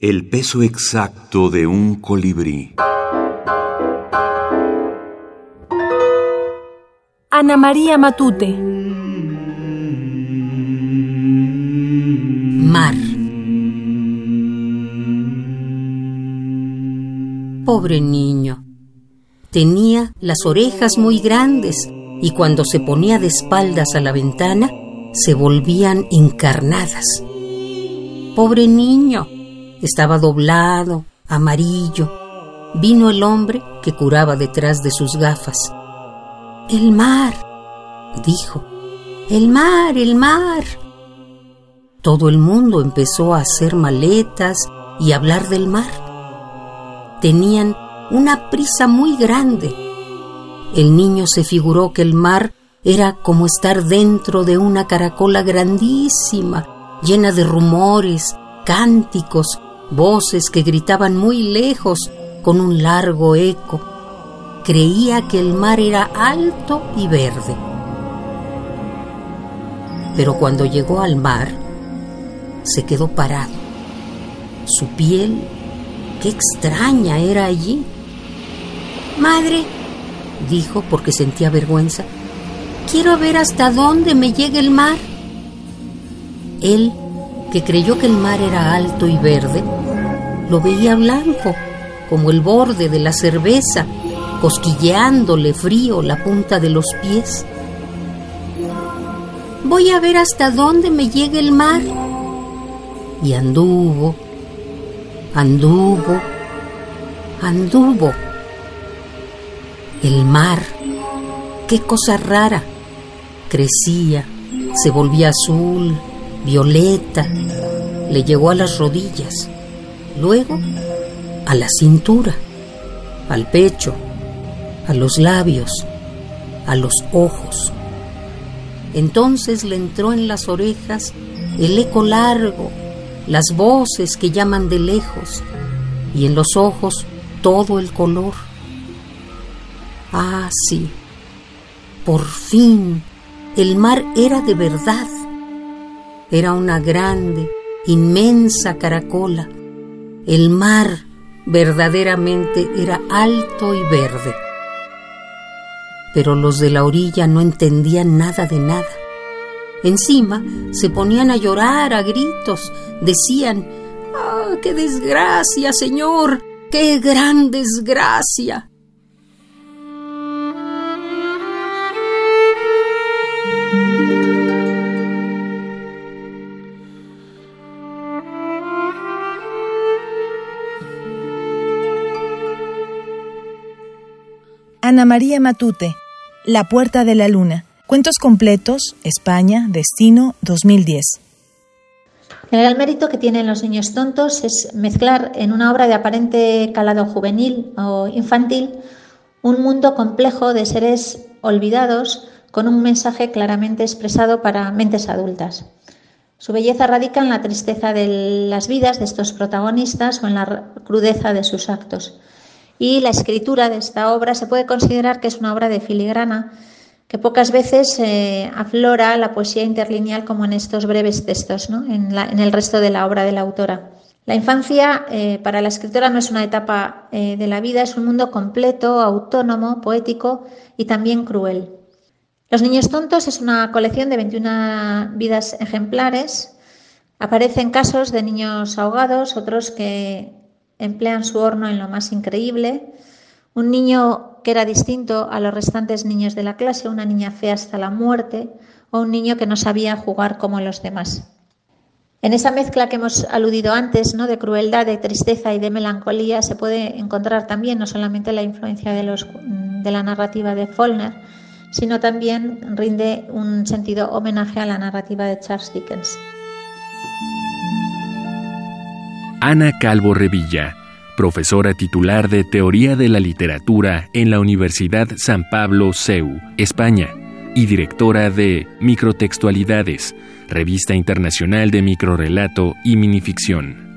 El peso exacto de un colibrí. Ana María Matute. Mar. Pobre niño. Tenía las orejas muy grandes y cuando se ponía de espaldas a la ventana se volvían encarnadas. Pobre niño. Estaba doblado, amarillo. Vino el hombre que curaba detrás de sus gafas. «El mar», dijo. «El mar, el mar». Todo el mundo empezó a hacer maletas y hablar del mar. Tenían una prisa muy grande. El niño se figuró que el mar era como estar dentro de una caracola grandísima, llena de rumores, cánticos, voces que gritaban muy lejos con un largo eco. Creía que el mar era alto y verde. Pero cuando llegó al mar, se quedó parado. Su piel, qué extraña era allí. «Madre», dijo porque sentía vergüenza, «quiero ver hasta dónde me llega el mar». Él, que creyó que el mar era alto y verde, lo veía blanco, como el borde de la cerveza, cosquilleándole frío la punta de los pies. «Voy a ver hasta dónde me llega el mar». Y anduvo. El mar, qué cosa rara, crecía, se volvía azul, violeta, le llegó a las rodillas, luego a la cintura, al pecho, a los labios, a los ojos. Entonces le entró en las orejas el eco largo, las voces que llaman de lejos, y en los ojos todo el color. Ah, sí, por fin el mar era de verdad. Era una grande, inmensa caracola. El mar verdaderamente era alto y verde. Pero los de la orilla no entendían nada de nada. Encima se ponían a llorar a gritos. Decían: «¡Ah, qué desgracia, señor! ¡Qué gran desgracia!». Ana María Matute, La puerta de la luna. Cuentos completos, España, Destino, 2010. El gran mérito que tienen Los niños tontos es mezclar en una obra de aparente calado juvenil o infantil un mundo complejo de seres olvidados con un mensaje claramente expresado para mentes adultas. Su belleza radica en la tristeza de las vidas de estos protagonistas o en la crudeza de sus actos. Y la escritura de esta obra se puede considerar que es una obra de filigrana que pocas veces aflora la poesía interlineal como en estos breves textos, ¿no? en el resto de la obra de la autora. La infancia para la escritora no es una etapa de la vida, es un mundo completo, autónomo, poético y también cruel. Los niños tontos es una colección de 21 vidas ejemplares. Aparecen casos de niños ahogados, otros que emplean su horno en lo más increíble, un niño que era distinto a los restantes niños de la clase, una niña fea hasta la muerte o un niño que no sabía jugar como los demás. En esa mezcla que hemos aludido antes, ¿no?, de crueldad, de tristeza y de melancolía, se puede encontrar también no solamente la influencia de la narrativa de Faulkner, sino también rinde un sentido homenaje a la narrativa de Charles Dickens. Ana Calvo Revilla, profesora titular de Teoría de la Literatura en la Universidad San Pablo CEU, España, y directora de Microtextualidades, revista internacional de microrrelato y minificción.